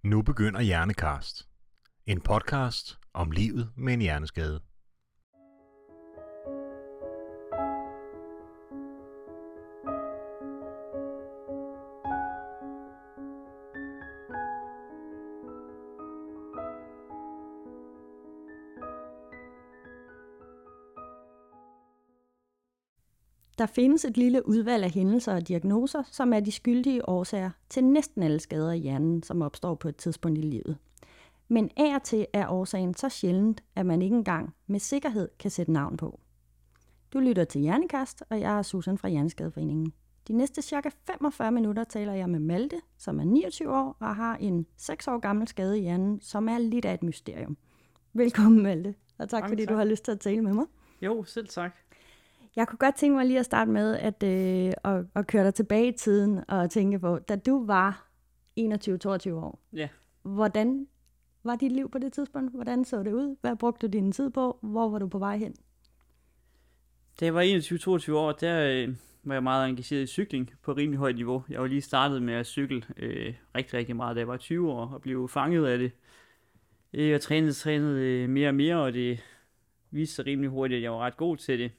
Nu begynder Hjernekast. En podcast om livet med en hjerneskade. Der findes et lille udvalg af hændelser og diagnoser, som er de skyldige årsager til næsten alle skader i hjernen, som opstår på et tidspunkt i livet. Men af og til er årsagen så sjældent, at man ikke engang med sikkerhed kan sætte navn på. Du lytter til Hjernekast, og jeg er Susan fra Hjerneskadeforeningen. De næste cirka 45 minutter taler jeg med Malte, som er 29 år og har en 6 år gammel skade i hjernen, som er lidt af et mysterium. Velkommen, Malte, og tak fordi du har lyst til at tale med mig. Jo, selv tak. Jeg kunne godt tænke mig lige at starte med at køre dig tilbage i tiden og tænke på, da du var 21-22 år. Ja. Hvordan var dit liv på det tidspunkt? Hvordan så det ud? Hvad brugte du din tid på? Hvor var du på vej hen? Da jeg var 21-22 år, der var jeg meget engageret i cykling på rimelig højt niveau. Jeg var lige startet med at cykle rigtig, rigtig meget, da jeg var 20 år og blev fanget af det. Jeg trænede mere og mere, og det viste sig rimelig hurtigt, at jeg var ret god til det.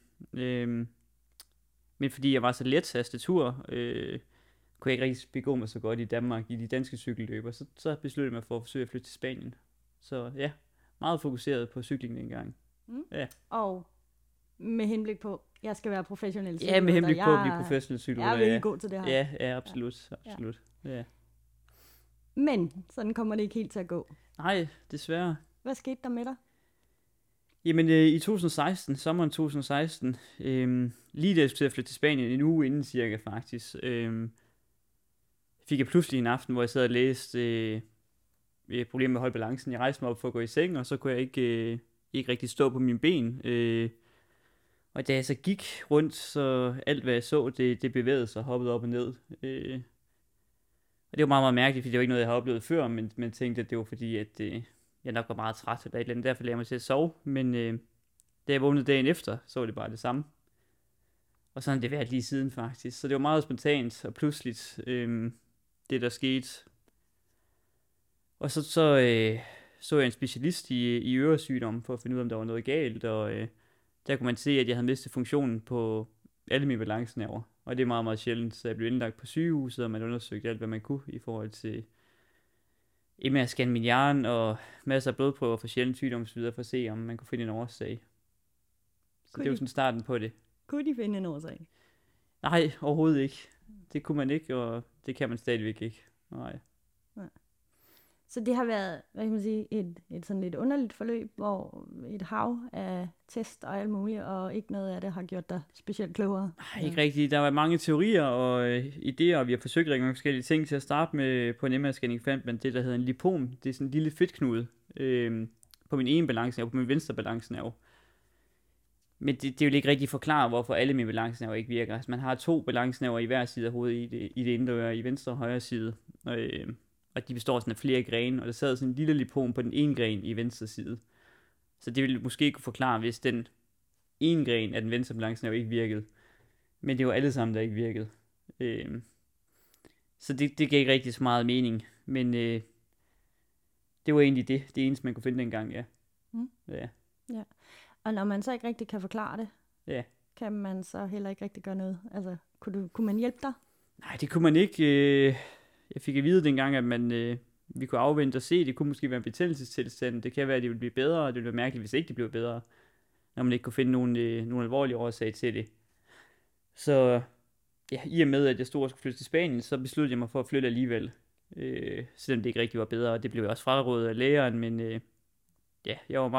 Men fordi jeg var så let af statur, kunne jeg ikke rigtig begå mig så godt i Danmark i de danske cykelløber, så besluttede jeg mig for at forsøge at flytte til Spanien. Så ja, meget fokuseret på cykling dengang. Ja. Og med henblik på, jeg skal være professionel cykelrytter. Ja, med henblik på at blive professionel cykelrytter. Jeg er virkelig god til det her. Ja, absolut. Ja. Men sådan kommer det ikke helt til at gå. Nej, desværre. Hvad skete der med dig? Jamen i 2016, sommeren 2016, lige da jeg skulle flytte til Spanien, en uge inden cirka faktisk, fik jeg pludselig en aften, hvor jeg sad og læste problemer med at holde balancen. Jeg rejste mig op for at gå i seng, og så kunne jeg ikke rigtig stå på mine ben. Og da jeg så gik rundt, så alt hvad jeg så, det bevægede sig og hoppede op og ned. Og det var meget, meget mærkeligt, fordi det var ikke noget, jeg havde oplevet før, men tænkte, at det var fordi, at jeg nok var meget træt eller et eller andet. Derfor lagde jeg mig til at sove, men da jeg vågnede dagen efter, så var det bare det samme. Og sådan har det været lige siden faktisk. Så det var meget spontant og pludseligt, det der skete. Og så jeg en specialist i øresygdom for at finde ud af, om der var noget galt, og der kunne man se, at jeg havde mistet funktionen på alle mine balancenerver. Og det er meget, meget sjældent, så jeg blev indlagt på sygehuset, og man undersøgte alt, hvad man kunne i forhold til med at scanne min hjerne og masser af blodprøver for sjældent sygdom og så videre, for at se, om man kunne finde en årsag. Så det var sådan starten på det. Kunne de finde en årsag? Nej, overhovedet ikke. Det kunne man ikke, og det kan man stadigvæk ikke. Nej. Så det har været, hvad kan man sige, et sådan lidt underligt forløb, hvor et hav af test og alt muligt, og ikke noget af det har gjort dig specielt klogere. Nej, ikke rigtigt. Der var mange teorier og idéer, og vi har forsøgt rigtig mange forskellige ting. Til at starte med på en MR-scanning fandt man det, der hedder en lipom. Det er sådan en lille fedtknude på min ene balancenerve, på min venstre balancenerve. Men det vil ikke rigtig forklare, hvorfor alle mine balancenerver ikke virker. Altså, man har 2 balancenerver i hver side af hovedet i det indre øre, i venstre og højre side. Og de består sådan af flere grene, og der sad sådan en lille lipom på den ene gren i venstre side. Så det ville måske kunne forklare, hvis den ene gren af den venstre balancenerve ikke virkede. Men det var alle sammen, der ikke virkede. Så det gav ikke rigtig så meget mening. Men det var egentlig det eneste, man kunne finde dengang, ja. Ja. Og når man så ikke rigtig kan forklare det, kan man så heller ikke rigtig gøre noget? Altså, kunne man hjælpe dig? Nej, det kunne man ikke. Jeg fik at vide dengang, at vi kunne afvente og se. Det kunne måske være en betændelsestilstand. Det kan være, at det ville blive bedre, og det ville være mærkeligt, hvis ikke det blev bedre. Når man ikke kunne finde nogen alvorlige årsager til det. Så ja, i og med, at jeg stod og skulle flytte til Spanien, så besluttede jeg mig for at flytte alligevel. Selvom det ikke rigtig var bedre, og det blev jeg også frarådet af lægeren. Men jeg var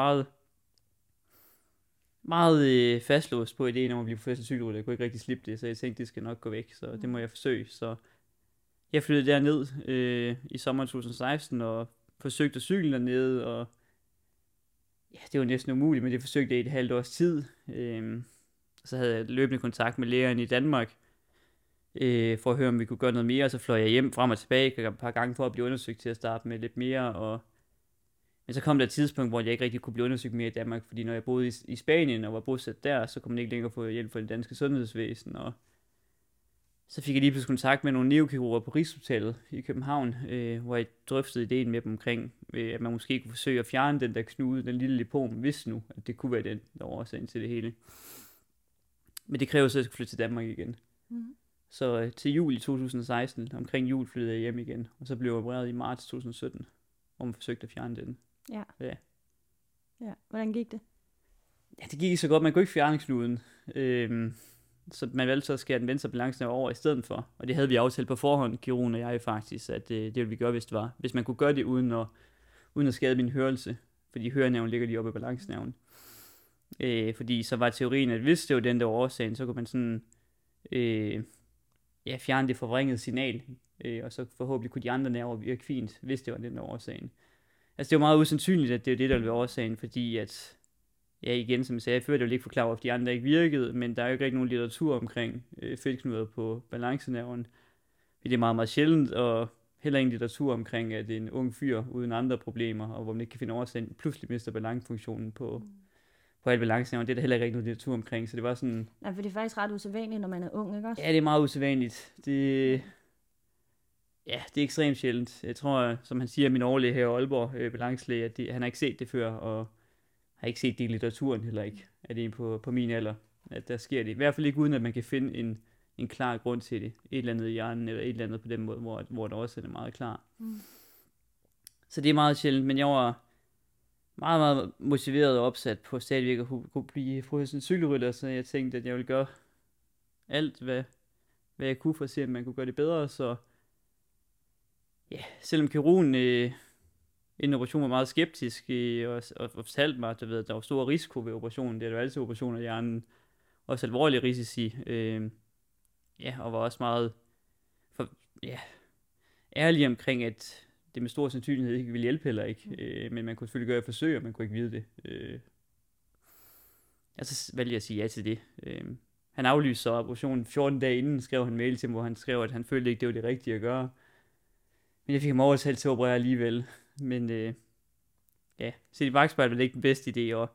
meget fastlåst på ideen om at blive professionel cykelrytter. Jeg kunne ikke rigtig slippe det, så jeg tænkte, det skal nok gå væk, så det må jeg forsøge. Så jeg flyttede derned i sommeren 2016 og forsøgte at cykle dernede, og ja, det var næsten umuligt, men det forsøgte jeg i et halvt års tid. Så havde jeg løbende kontakt med lægeren i Danmark, for at høre, om vi kunne gøre noget mere, og så fløj jeg hjem frem og tilbage et par gange for at blive undersøgt til at starte med lidt mere, men så kom der et tidspunkt, hvor jeg ikke rigtig kunne blive undersøgt mere i Danmark, fordi når jeg boede i Spanien og var bosat der, så kunne man ikke længere få hjælp fra det danske sundhedsvæsen, og Så fik jeg lige pludselig kontakt med nogle neurokirurger på Rigshospitalet i København, hvor jeg drøftede ideen med dem omkring, at man måske kunne forsøge at fjerne den der knude, den lille lipom, hvis nu, at det kunne være den, der var årsagen til det hele. Men det kræver så, at jeg skulle flytte til Danmark igen. Så til juli 2016, omkring jul, flyttede jeg hjem igen, og så blev jeg opereret i marts 2017, hvor man forsøgte at fjerne den. Ja. Hvordan gik det? Ja, det gik ikke så godt. Man kunne ikke fjerne knuden. Så man valgte så at skære den venstre balancenerve over i stedet for. Og det havde vi aftalt på forhånd, kirurgen og jeg faktisk, at det ville vi gøre, hvis det var. Hvis man kunne gøre det uden at skade min hørelse. Fordi hørenerven ligger lige oppe i balancenerven. Fordi så var teorien, at hvis det var den, der var årsagen, så kunne man sådan fjerne det forvrængede signal. Og så forhåbentlig kunne de andre nerver virke fint, hvis det var den, der var årsagen. Altså det var meget usandsynligt, at det var det, der ville være årsagen, fordi at, ja igen, som jeg sagde, før det ville ikke forklare, hvorfor de andre ikke virkede, men der er jo ikke rigtig nogen litteratur omkring fedtknuder på balancenerven. Det er meget, meget sjældent, og heller ingen litteratur omkring, at en ung fyr uden andre problemer, og hvor man ikke kan finde årsagen, pludselig mister balancefunktionen på alle balancenerven. Det er der heller ikke nogen litteratur omkring, så det var sådan... Nej, for det er faktisk ret usædvanligt, når man er ung, ikke også? Ja, det er meget usædvanligt. Det er ekstremt sjældent. Jeg tror, som han siger, min overlæge her i Aalborg, balancelæge, at han har ikke set det før, og har ikke set det i litteraturen heller ikke, at det er på min alder, at der sker det. I hvert fald ikke uden, at man kan finde en klar grund til det. Et eller andet i hjernen, eller et eller andet på den måde, hvor der også er meget klar. Så det er meget sjældent, men jeg var meget, meget motiveret og opsat på stadigvæk at kunne blive professionel cykelrytter, så jeg tænkte, at jeg ville gøre alt, hvad jeg kunne for at se, om man kunne gøre det bedre, så ja, selvom kirurgen inden operationen var meget skeptisk og fortalte mig, at der var stor risiko ved operationen. Det er jo altid operationer af hjernen. Også alvorlige risici. Og var også meget ærlig omkring, at det med stor sandsynlighed ikke ville hjælpe heller ikke. Men man kunne selvfølgelig gøre et forsøg, og man kunne ikke vide det. Så valgte jeg at sige ja til det. Han aflyste så operationen 14 dage inden, skrev han mail til mig, hvor han skrev, at han følte ikke, det var det rigtige at gøre. Men jeg fik ham overtalt til at operere alligevel. Men set i bakspejlet var det ikke den bedste idé, og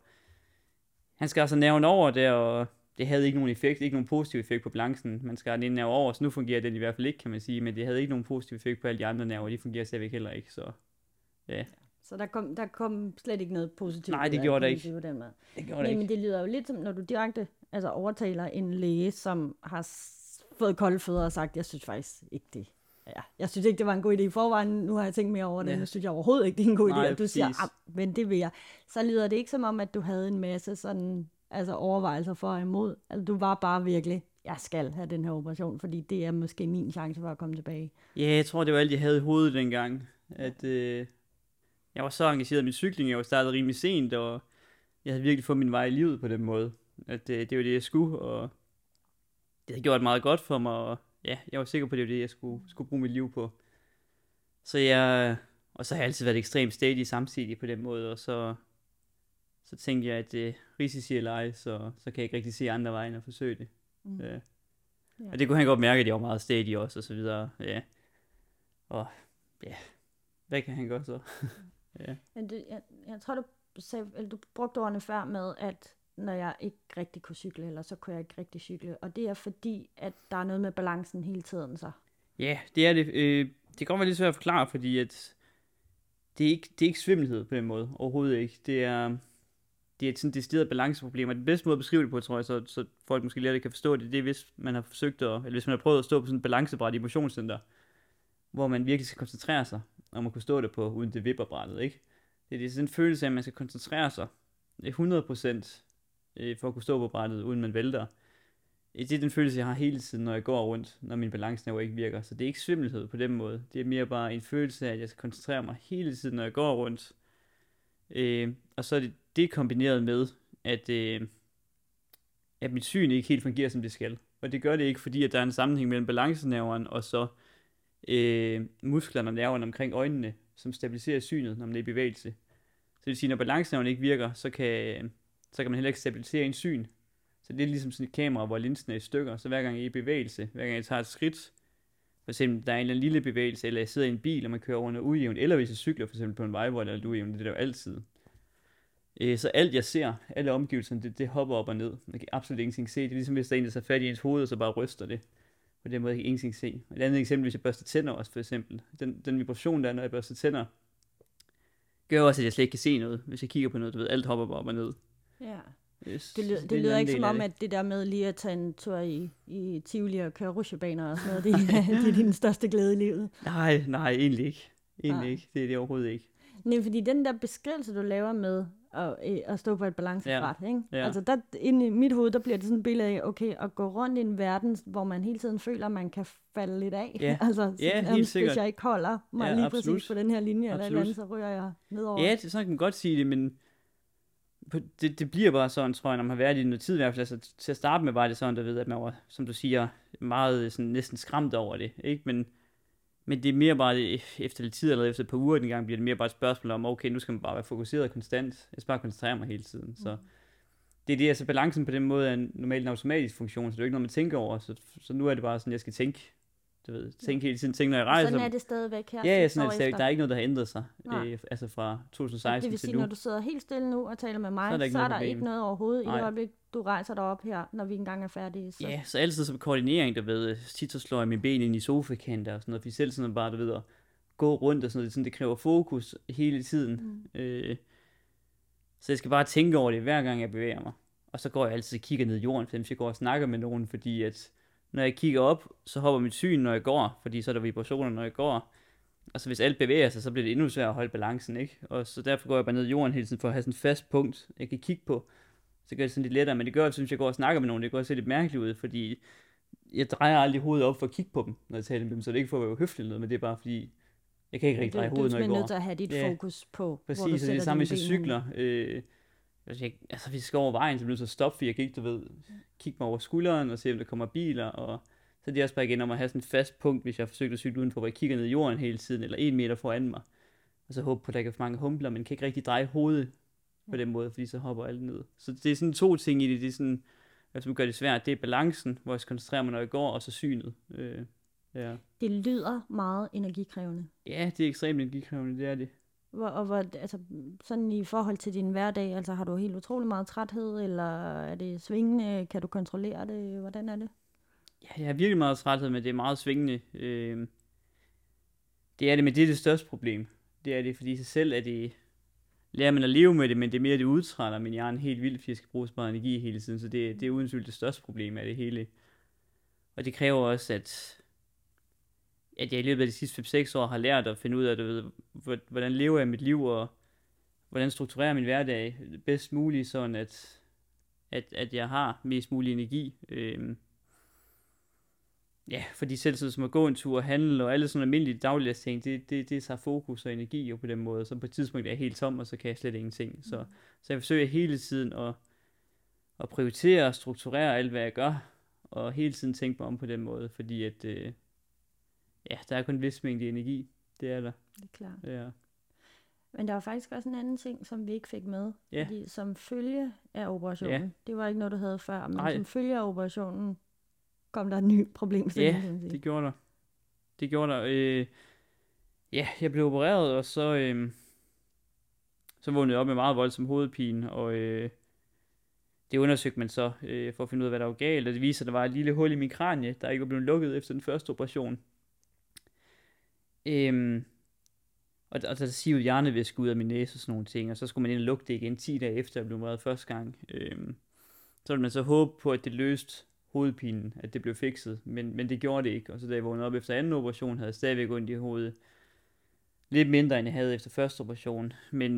han skar så nerven over der, og det havde ikke nogen effekt, ikke nogen positiv effekt på balancen. Man skar den ene nerve over, så nu fungerer den i hvert fald ikke, kan man sige, men det havde ikke nogen positiv effekt på alle de andre nerver, de fungerer stadigvæk heller ikke, så ja. Så der kom slet ikke noget positivt? Nej, det gjorde der ikke. Men det lyder jo lidt som, når du direkte overtaler en læge, som har fået kolde fødder og sagt, jeg synes faktisk ikke det. Ja, jeg synes ikke, det var en god idé i forvejen. Nu har jeg tænkt mere over det. Nu synes jeg overhovedet ikke, det er en god idé. Og du siger, men det vil jeg. Så lyder det ikke som om, at du havde en masse sådan, overvejelser for og imod. Altså, du var bare virkelig, jeg skal have den her operation, fordi det er måske min chance for at komme tilbage. Ja, jeg tror, det var alt, jeg havde i hovedet dengang. At jeg var så engageret i min cykling. Jeg var startet rimelig sent, og jeg havde virkelig fået min vej i livet på den måde. At det var det, jeg skulle, og det havde gjort meget godt for mig, og ja, jeg var sikker på, at det var det, jeg skulle bruge mit liv på. Så og så har jeg altid været ekstremt stedig samtidig på den måde, og så tænkte jeg, at risici eller ej, så kan jeg ikke rigtig se andre veje end at forsøge det. Ja. Og det kunne han godt mærke, at jeg var meget stedig også, og så videre. Ja. Og ja, hvad kan han gøre så? Ja. Jeg tror, du brugte ordene før med, at når jeg ikke rigtig kunne cykle, eller så kunne jeg ikke rigtig cykle. Og det er fordi, at der er noget med balancen hele tiden så. Ja, det er det. Det kan godt være lidt svært at forklare, fordi at det er ikke svimmelhed på den måde. Overhovedet ikke. Det er sådan decideret balanceproblemer. Den bedste måde at beskrive det på, tror jeg, så folk måske lettere kan forstå det, det er, hvis man har forsøgt eller hvis man har prøvet at stå på sådan et balancebræt i motionscenter, hvor man virkelig skal koncentrere sig, om at kunne stå der på, uden det vipperbrættet, ikke? Det er sådan en følelse af, at man skal koncentrere sig 100% for at kunne stå på brættet, uden man vælter. Det er den følelse, jeg har hele tiden, når jeg går rundt, når min balancenerve ikke virker. Så det er ikke svimmelhed på den måde. Det er mere bare en følelse af, at jeg skal koncentrere mig hele tiden, når jeg går rundt. Og så er det kombineret med, at mit syn ikke helt fungerer, som det skal. Og det gør det ikke, fordi at der er en sammenhæng mellem balancenerven og så musklerne og nerverne omkring øjnene, som stabiliserer synet, når man er i bevægelse. Så det vil sige, når balancenerven ikke virker, så kan man heller ikke stabilisere en syn. Så det er ligesom sådan et kamera, hvor linsen er i stykker. Så hver gang jeg er i bevægelse, hver gang jeg tager et skridt, for eksempel der er en eller anden lille bevægelse, eller jeg sidder i en bil, og man kører over noget ujævnt, eller hvis jeg cykler for eksempel på en vej, hvor der er lidt ujævnt, det er der jo altid. Så alt jeg ser, alle omgivelserne, det hopper op og ned. Man kan absolut ingenting se. Det er ligesom hvis der er en, der tager fat i ens hoved, og så bare ryster det. På den måde, jeg kan ingenting se. Et andet eksempel, hvis jeg børster tænder også, for eksempel. Den vibration der, når jeg børster tænder, gør også, at jeg slet ikke kan se noget. Hvis jeg kigger på noget, du ved, alt hopper bare op og ned. Ja. Yes. Det lyder ikke som om, at det der med lige at tage en tur i Tivoli og køre rutsjebaner og sådan noget, det er din største glæde i livet. Nej, egentlig ikke. Ikke. Det er det overhovedet ikke. Nej, fordi den der beskrivelse, du laver med at stå på et balancebræt, ikke? Ja. Altså der, inde i mit hoved, der bliver det sådan et billede af, okay, at gå rundt i en verden, hvor man hele tiden føler, at man kan falde lidt af. Ja, Altså, helt sikkert. Hvis jeg ikke holder mig lige absolut. præcis på den her linje, eller et eller andet, så ryger jeg nedover. Ja, sådan kan man godt sige det, men det bliver bare sådan, tror jeg, når man har været i noget tid i hvert fald. Altså, til at starte med var det sådan, der ved, at man var, som du siger, meget sådan, næsten skræmt over det, ikke? Men det er mere bare, efter lidt tid, eller efter et par uger dengang, bliver det mere bare et spørgsmål om, okay, nu skal man bare være fokuseret konstant. Jeg skal bare koncentrere mig hele tiden. Så det er det, altså balancen på den måde er normalt en automatisk funktion, så det er jo ikke noget, man tænker over. Så nu er det bare sådan, jeg skal tænke, tænke hele tiden, tænke når jeg rejser. Sådan er det stadigvæk her. Ja, sådan er det stadigvæk. Der er ikke noget, der har ændret sig, altså fra 2016 til nu. Det vil sige, når du sidder helt stille nu og taler med mig, så er der ikke noget overhovedet i det øjeblik, du rejser dig op her, når vi engang er færdige. Så. Ja, så altid som koordinering, der ved, tit så slår jeg mine ben ind i sofakanter og sådan noget, fordi selv sådan bare, der ved, at gå rundt og sådan noget, det kræver fokus hele tiden. Så jeg skal bare tænke over det, hver gang jeg bevæger mig. Og så går jeg altid og kigger ned i jorden, for jeg går og snakker med nogen, fordi at når jeg kigger op, så hopper mit syn, når jeg går, fordi så er der vibrationer, når jeg går. Og så hvis alt bevæger sig, så bliver det endnu sværere at holde balancen, ikke? Og så derfor går jeg bare ned i jorden hele tiden, for at have sådan et fast punkt, jeg kan kigge på. Så gør det sådan lidt lettere, men det gør, synes jeg går og snakker med nogen, det går også lidt mærkeligt ud, fordi jeg drejer aldrig hovedet op for at kigge på dem, når jeg taler med dem, så det er ikke for at være høflig noget, men det er bare fordi, jeg kan ikke rigtig dreje hovedet, når jeg går. Du er nødt til at have dit fokus på, præcis, hvor du sætter det er samme, hvis jeg cykler. Altså hvis jeg skal over vejen, så bliver jeg nødt til at stoppe, fordi jeg kan ikke, kigge mig over skulderen og se, om der kommer biler, og så er det også bare igen om at have sådan et fast punkt, hvis jeg har forsøgt at cykle udenfor, hvor jeg kigger ned i jorden hele tiden, eller 1 meter foran mig, og så håber på, at der ikke er for mange humpler, men kan ikke rigtig dreje hovedet på den måde, fordi så hopper alt ned. Så det er sådan 2 ting i det, det er sådan, hvad som gør det svært, det er balancen, hvor jeg koncentrerer mig, når jeg går, og så synet. Ja. Det lyder meget energikrævende. Ja, det er ekstremt energikrævende, det er det. Altså, sådan i forhold til din hverdag, altså har du helt utrolig meget træthed, eller er det svingende? Kan du kontrollere det? Hvordan er det? Ja, jeg har virkelig meget træthed, men det er meget svingende. Det er det, men det er det største problem. Det er det, fordi i sig selv er det, lærer man at leve med det, men det er mere, det udtrætter min hjerne helt vildt, fordi jeg skal bruge så meget energi hele tiden, så det er uden tvivl det største problem af det hele. Og det kræver også, at jeg i løbet af de sidste 5-6 år har lært at finde ud af, hvordan lever jeg mit liv, og hvordan strukturerer min hverdag bedst muligt, sådan at jeg har mest mulig energi. Ja, fordi selv sådan som at gå en tur og handle, og alle sådan almindelige dagligdags ting, det tager fokus og energi jo på den måde. Så på et tidspunkt er jeg helt tom, og så kan jeg slet ingenting. Så jeg forsøger hele tiden at prioritere og strukturere alt, hvad jeg gør, og hele tiden tænke mig om på den måde, fordi at der er kun en vis mængde energi. Det er der. Det er klart. Ja. Men der var faktisk også en anden ting, som vi ikke fik med. Ja. Fordi som følge af operationen, Ja. Det var ikke noget, du havde før, men Nej. som følge af operationen, kom der en ny problemstilling. Ja, kan man sige. det gjorde der. Det gjorde der. Jeg blev opereret, og så vågnede jeg op med meget voldsom hovedpine, og det undersøgte man så for at finde ud af, hvad der var galt, og det viste, at der var et lille hul i min kranie, der ikke var blevet lukket efter den første operation. Og der sivede hjernevæske ud af min næse og sådan nogle ting, og så skulle man ind og lukke det igen 10 dage efter, jeg blev opereret første gang. Så ville man så håbe på, at det løste hovedpinen, at det blev fikset, men det gjorde det ikke, og så da jeg vågnede op efter anden operation, havde jeg stadigvæk ondt i hovedet. Lidt mindre, end jeg havde efter første operation, men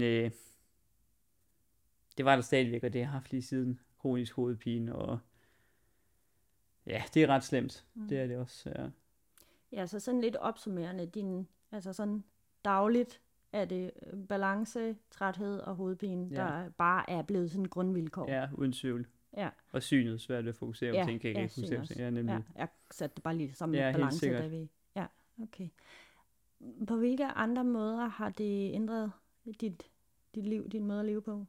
det var der stadigvæk, og det har jeg haft lige siden, kronisk hovedpine, og ja, det er ret slemt. Det er det også, ja. Ja, så sådan lidt opsummerende, altså sådan dagligt er det balance, træthed og hovedpine, der bare er blevet sådan grundvilkår. Ja, uden tvivl. Ja. Og synet svært at fokusere på ting, kan jeg ikke fokusere på ting. Ja, nemlig. Ja, jeg satte det bare lige som en helt balance, sikkert. der vi. Ja, okay. På hvilke andre måder har det ændret dit liv, din måde at leve på?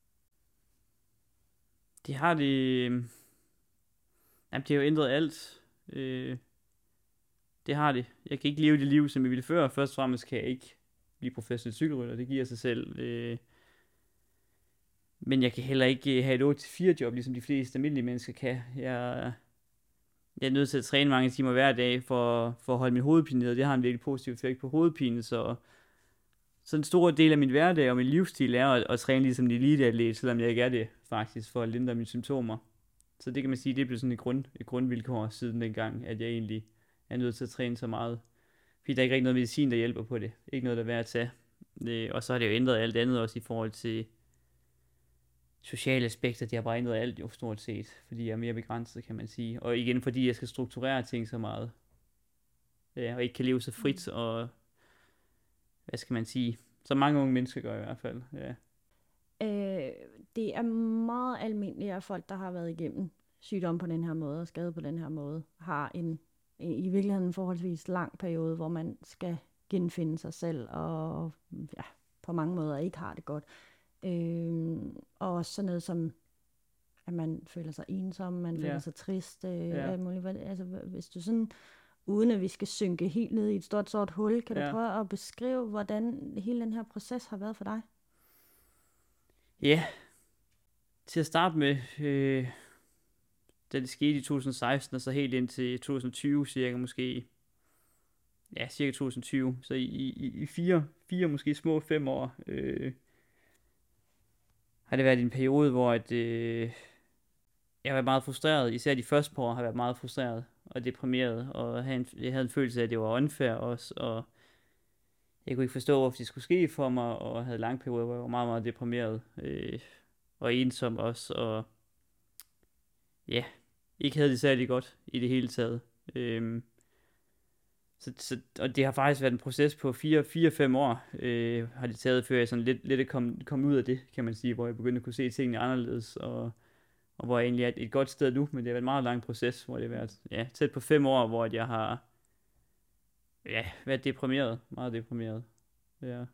Det har det... Jamen, det har jo ændret alt. Det har det. Jeg kan ikke leve det liv, som jeg ville før. Først og fremmest kan jeg ikke blive professionel cykelrytter. Det giver sig selv. Men jeg kan heller ikke have et 8-4 job, ligesom de fleste almindelige mennesker kan. jeg er nødt til at træne mange timer hver dag for at holde min hovedpine nede, og det har en virkelig positiv effekt på hovedpine, så en stor del af min hverdag og min livsstil er at træne ligesom en eliteatlet, selvom jeg ikke er det faktisk, for at lindre mine symptomer. Så det kan man sige, det blev sådan et grundvilkår siden dengang, at jeg egentlig er nødt til at træne så meget. Fordi der er ikke rigtig noget medicin, der hjælper på det. Ikke noget, der er værd at tage. Og så har det jo ændret alt andet også i forhold til sociale aspekter. Det har bare ændret alt jo stort set, fordi jeg er mere begrænset, kan man sige. Og igen, fordi jeg skal strukturere ting så meget. Og ikke kan leve så frit, og hvad skal man sige, så mange unge mennesker gør i hvert fald. Ja. Det er meget almindeligt, at folk, der har været igennem sygdom på den her måde, og skade på den her måde, har i virkeligheden en forholdsvis lang periode, hvor man skal genfinde sig selv, og ja, på mange måder ikke har det godt. Og også sådan noget som, at man føler sig ensom, man føler sig trist, alt muligt. Altså, hvis du sådan, uden at vi skal synke helt ned i et stort sort hul, kan du prøve at beskrive, hvordan hele den her proces har været for dig? Ja, til at starte med, da det skete i 2016, og så helt ind til 2020 cirka måske, ja, cirka 2020, så i fire måske små 5 år, har det været en periode, hvor jeg var meget frustreret, især de første par år har jeg været meget frustreret og deprimeret, og jeg havde en følelse af, at det var unfair også, og jeg kunne ikke forstå, hvorfor det skulle ske for mig, og havde lange perioder, hvor jeg var meget, meget deprimeret, og ensom også, og ja, ikke havde det særlig godt i det hele taget. Og det har faktisk været en proces på 4-5 år, har det taget, før jeg sådan lidt at komme ud af det, kan man sige, hvor jeg begyndte at kunne se tingene anderledes, og hvor jeg egentlig er et godt sted nu, men det har været en meget lang proces, hvor det har været tæt på 5 år, hvor jeg har været deprimeret, meget deprimeret. Ja.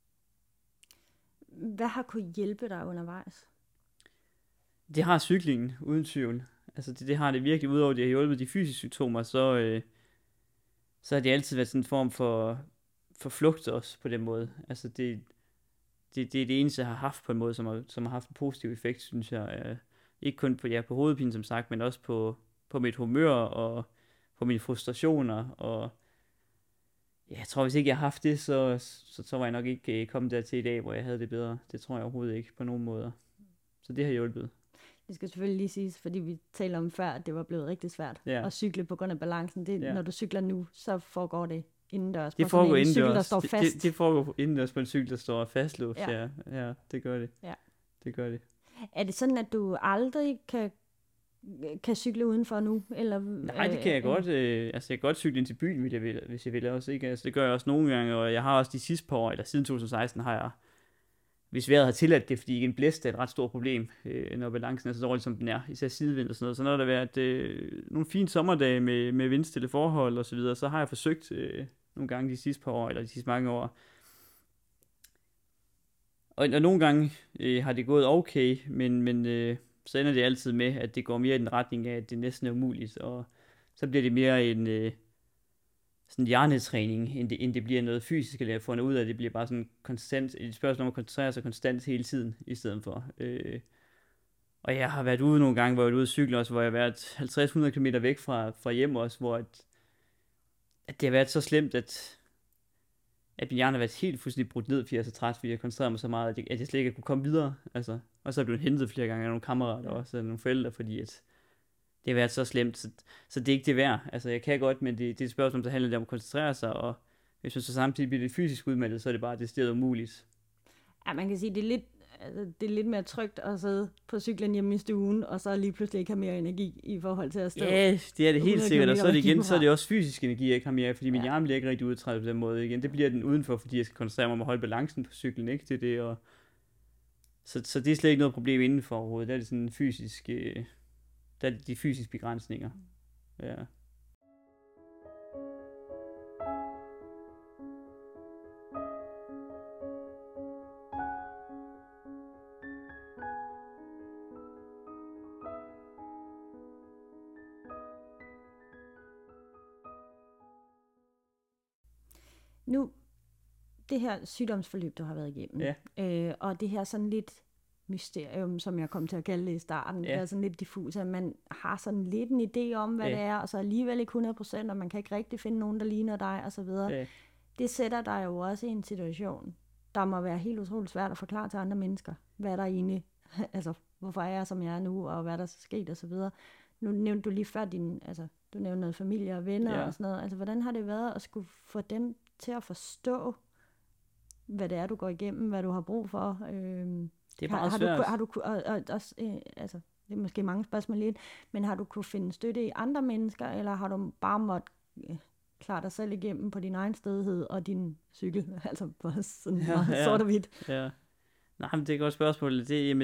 Hvad har kunnet hjælpe dig undervejs? Det har cyklingen, uden tvivl. Altså det har det virkelig, udover det har hjulpet de fysiske symptomer, så har det altid været sådan en form for flugt også på den måde. Altså det er det eneste, jeg har haft på en måde, som har haft en positiv effekt, synes jeg. Ikke kun på hovedpine, som sagt, men også på mit humør og på mine frustrationer. Og ja, jeg tror, hvis ikke jeg har haft det, så var jeg nok ikke kommet der til i dag, hvor jeg havde det bedre. Det tror jeg overhovedet ikke på nogen måder. Så det har hjulpet. Det skal selvfølgelig lige siges, fordi vi taler om før, at det var blevet rigtig svært at cykle på grund af balancen. Når du cykler nu, så foregår det indendørs. Det foregår indendørs. Cykel, der står fast. Det foregår indendørs på en cykel, der står fastlåst. Ja, det gør det. Ja. Det gør det. Er det sådan, at du aldrig kan cykle udenfor nu? Eller, nej, det kan jeg godt. Altså, jeg kan godt cykle ind til byen, hvis jeg vil også. Ikke? Altså, det gør jeg også nogle gange, og jeg har også de sidste par år, eller siden 2016, har jeg, hvis vejret har tilladt det, fordi en blæst er et ret stort problem, når balancen er så dårlig, som den er, især sidevind og sådan noget. Så når der har været nogle fine sommerdage med vindstille forhold og så videre, så har jeg forsøgt nogle gange de sidste par år, eller de sidste mange år. Og nogle gange har det gået okay, men så ender det altid med, at det går mere i den retning af, at det næsten er umuligt, og så bliver det mere en sådan hjernetræning, end det bliver noget fysisk, eller jeg får noget ud af, det bliver bare sådan konstant, et spørgsmål om at koncentrere sig konstant hele tiden, i stedet for. Og jeg har været ude nogle gange, hvor jeg var ude at cykle også, hvor jeg har været 50-100 km væk fra hjem også, hvor at det har været så slemt, at min hjerne har været helt fuldstændig brudt ned, fordi jeg er så træt, fordi jeg koncentrerer mig så meget, at jeg slet ikke kunne komme videre. Altså. Og så er jeg blevet hentet flere gange af nogle kammerater også, og nogle forældre, fordi at det har været så slemt, så det er ikke det værd. Altså jeg kan godt, men det er et spørgsmål, der handler om at koncentrere sig, og hvis man så samtidig bliver det fysisk udmattet, så er det bare decideret umuligt. Ja, man kan sige, det er lidt mere trygt at sidde på cyklen hjemme i stuen, og så lige pludselig ikke have mere energi i forhold til at stå. Ja, det er det helt sikkert, og så er det igen, så er det også fysisk energi, jeg ikke har mere, fordi min hjerne bliver ikke rigtig udtrædet på den måde igen. Det bliver den udenfor, fordi jeg skal koncentrere mig om at holde balancen på cyklen, ikke? Det er det, og så det er slet ikke noget problem indenfor overhovedet. Der er det sådan fysisk, der er de fysiske begrænsninger. Ja. Nu, det her sygdomsforløb, du har været igennem, og det her sådan lidt mysterium, som jeg kom til at kalde det i starten. Ja. Det er sådan lidt diffus, at man har sådan lidt en idé om, hvad det er, og så alligevel ikke 100%, og man kan ikke rigtig finde nogen, der ligner dig, og så videre. Ja. Det sætter dig jo også i en situation, der må være helt utroligt svært at forklare til andre mennesker, hvad der egentlig, altså hvorfor er jeg, som jeg er nu, og hvad der er sket, og så videre. Nu nævnte du lige før du nævnte noget familie og venner og sådan noget. Altså, hvordan har det været at skulle få dem til at forstå, hvad det er, du går igennem, hvad du har brug for? Det er meget svært. Altså, det er måske mange spørgsmål lidt, men har du kunne finde støtte i andre mennesker, eller har du bare måttet klare dig selv igennem på din egen stedhed og din cykel? Altså, bare sådan meget sort og hvidt. Ja. Nej, men det er et godt spørgsmål.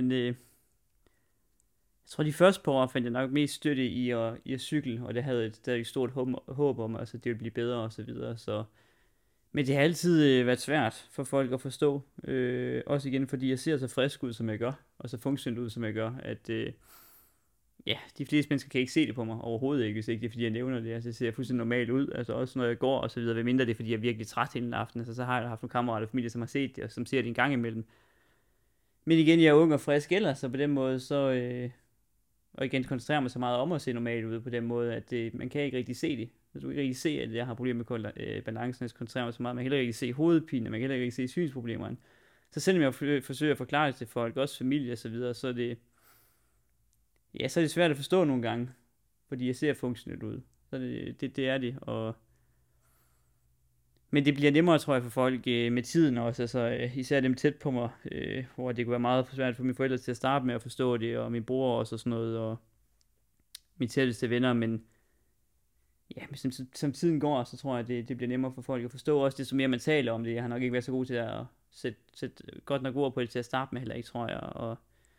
Jeg tror, de første par år fandt jeg nok mest støtte i at cykle, og det havde et stadig stort håb om, altså det ville blive bedre og så videre. Så. Men det har altid været svært for folk at forstå. Også igen, fordi jeg ser så frisk ud, som jeg gør, og så funktionelt ud, som jeg gør, at de fleste mennesker kan ikke se det på mig overhovedet ikke, hvis ikke det er, fordi jeg nævner det. Altså, det ser fuldstændig normalt ud, altså også når jeg går og så videre, ved mindre det er, fordi jeg er virkelig træt hele aften. Altså, så har jeg haft nogle kammerater og familie, som har set det, og som ser det en gang imellem. Men igen, jeg er ung og frisk ellers, så på den måde, så... Og igen koncentrerer mig så meget om at se normalt ud på den måde, at man kan ikke rigtig se det. Du kan ikke rigtig se, at jeg har problemer med balancen, så koncentrerer mig så meget. Man kan heller ikke se hovedpine, man kan heller ikke se synsproblemerne. Så selvom jeg forsøger at forklare det til folk, også familie og så videre, så er det svært at forstå nogle gange, fordi jeg ser funktionelt ud. Så det er det. Men det bliver nemmere, tror jeg, for folk med tiden også, altså især dem tæt på mig, hvor det kunne være meget svært for mine forældre til at starte med at forstå det, og min bror også og sådan noget, og mine tætteste venner, men som tiden går, så tror jeg, det bliver nemmere for folk at forstå også det, som mere man taler om det. Jeg har nok ikke været så god til at sætte godt nok ord på det til at starte med heller ikke, tror jeg, og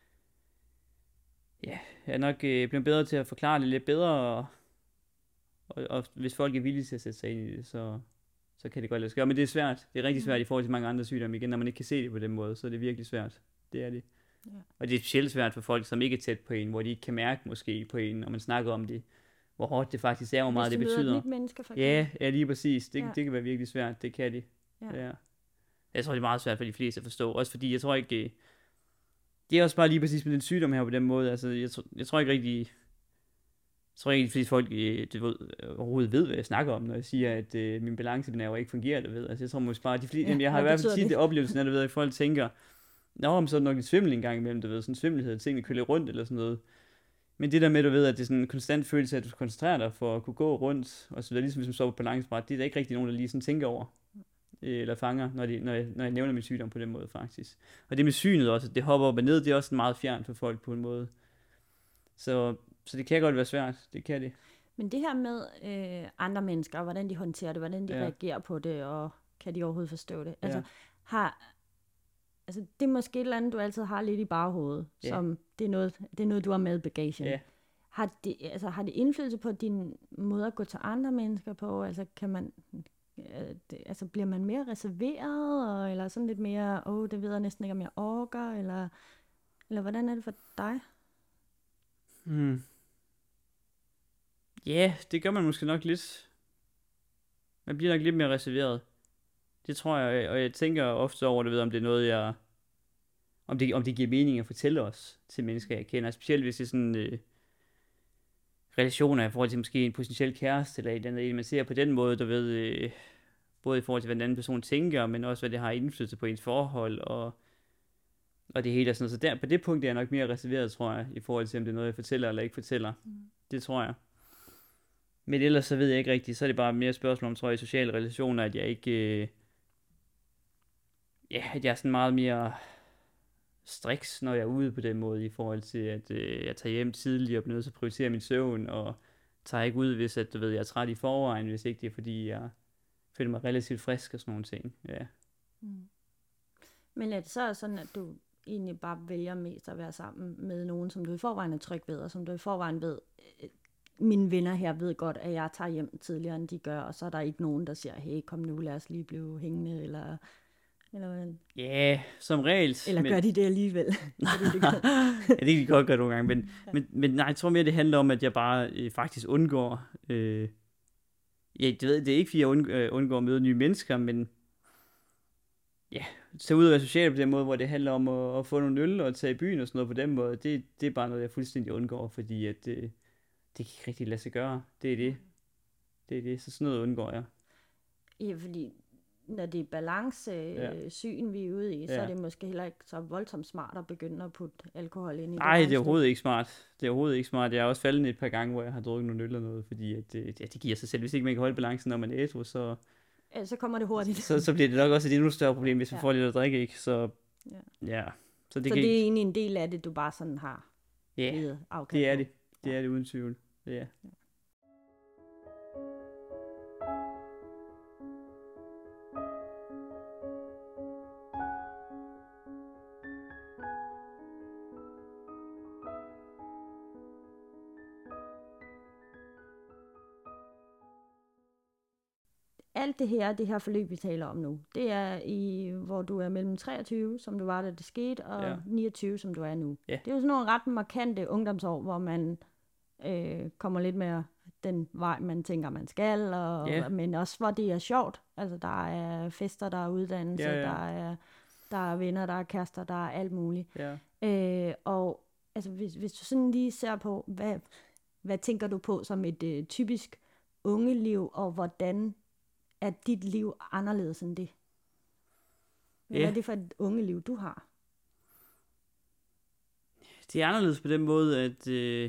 jeg er nok blevet bedre til at forklare det lidt bedre, og hvis folk er villige til at sætte sig ind i det, så kan det godt lade sig gøre. Men det er svært. Det er rigtig svært i forhold til mange andre sygdomme. Igen, når man ikke kan se det på den måde, så er det virkelig svært. Det er det. Ja. Og det er specielt svært for folk, som ikke er tæt på en, hvor de ikke kan mærke måske på en, når man snakker om det, hvor hårdt det faktisk er, hvor meget det betyder. Hvis du møder et nyt menneske, for eksempel. Ja, lige præcis. Det kan være virkelig svært. Det kan det. Ja. Jeg tror, det er meget svært for de fleste at forstå. Også fordi, jeg tror ikke... Det er også bare lige præcis med den sygdom her på den måde. Altså, jeg tror ikke rigtig... Jeg tror ikke, fordi folk overhovedet ved, hvad jeg snakker om, når jeg siger, at min balancenerver ikke fungerer, der ved. Altså, jeg tror måske bare, jeg har i hvert fald tit det oplevelsen af, at folk tænker, men så er det nok en svimmel en gang imellem, sådan en svimmelhed, at tingene kører lidt rundt eller sådan noget. Men det der med, at det er sådan en konstant følelse af, at du koncentrerer dig for at kunne gå rundt, og så er ligesom hvis man står på balancebræt, det er der ikke rigtig nogen, der lige sådan tænker over, eller fanger, når jeg nævner min sygdom på den måde faktisk. Og det med synet også, det hopper op og ned, det er også meget fjernt for folk på en måde. Så det kan godt være svært, det kan det. Men det her med andre mennesker, hvordan de håndterer det, hvordan de reagerer på det, og kan de overhovedet forstå det? Altså, det er måske et eller andet, du altid har lidt i baghovedet, som det er noget, du har med i bagagen. Yeah. Har det indflydelse på din måde at gå til andre mennesker på? Altså, kan man... bliver man mere reserveret, eller sådan lidt mere, det ved jeg næsten ikke, om jeg orker, eller hvordan er det for dig? Ja, det gør man måske nok lidt. Man bliver nok lidt mere reserveret. Det tror jeg, og jeg tænker ofte over det, om det er noget, om det giver mening at fortælle os til mennesker, jeg kender. Specielt hvis det er sådan relationer i forhold til måske en potentiel kæreste, eller et eller andet, man ser på den måde, der ved, både i forhold til, hvad den anden person tænker, men også, hvad det har indflydelse på ens forhold, og det hele. Sådan. Så der, på det punkt er jeg nok mere reserveret, tror jeg, i forhold til, om det er noget, jeg fortæller eller ikke fortæller. Det tror jeg. Men ellers så ved jeg ikke rigtigt, så er det bare mere spørgsmål om, tror jeg, i sociale relationer, at jeg ikke... at jeg er sådan meget mere striks, når jeg er ude på den måde, i forhold til, at jeg tager hjem tidligt og bliver nødt til at prioritere min søvn, og tager ikke ud, hvis at, jeg er træt i forvejen, hvis ikke det er, fordi jeg føler mig relativt frisk og sådan nogle ting. Ja. Men er det så sådan, at du egentlig bare vælger mest at være sammen med nogen, som du i forvejen er tryg ved, og som du i forvejen ved... Mine venner her ved godt, at jeg tager hjem tidligere, end de gør, og så er der ikke nogen, der siger, hey, kom nu, lad os lige blive hængende, eller hvordan? Ja, som regel. Eller gør de det alligevel? Det kan de godt gøre nogle gange, men nej, jeg tror mere, det handler om, at jeg bare faktisk undgår, det er ikke, fordi jeg undgår at møde nye mennesker, men tage ud og være social på den måde, hvor det handler om at få nogle øl og tage i byen og sådan noget på den måde, det er bare noget, jeg fuldstændig undgår, fordi at det kan ikke rigtig lade sig gøre. Det er det. Det er det. Så sådan noget undgår jeg. Ja, fordi når det er balance-syn, vi er ude i, så er det måske heller ikke så voldsomt smart at begynde at putte alkohol ind i det. Nej, det er overhovedet ikke smart. Det er overhovedet ikke smart. Jeg har også faldet et par gange, hvor jeg har drukket nogle øl eller noget, fordi at, det giver sig selv. Hvis ikke man kan holde balancen, når man er ædru, så kommer det hurtigt. Så bliver det nok også et endnu større problem, hvis vi får lidt at drikke, ikke? Så ja. Så det er egentlig en del af det, du bare sådan har givet afkald. Det er det. Det er det uden tvivl. Ja. Alt det her forløb, vi taler om nu, det er hvor du er mellem 23, som du var, da det skete, og 29, som du er nu. Ja. Det er jo sådan nogle ret markante ungdomsår, hvor man kommer lidt mere den vej, man tænker, man skal, men også hvor det er sjovt. Altså, der er fester, der er uddannelse, der er venner, der er kærester, der er alt muligt. Ja. Og altså, hvis du sådan lige ser på, hvad tænker du på som et typisk ungeliv, og hvordan er dit liv anderledes end det? Hvad er det for et ungeliv, du har? Det er anderledes på den måde, at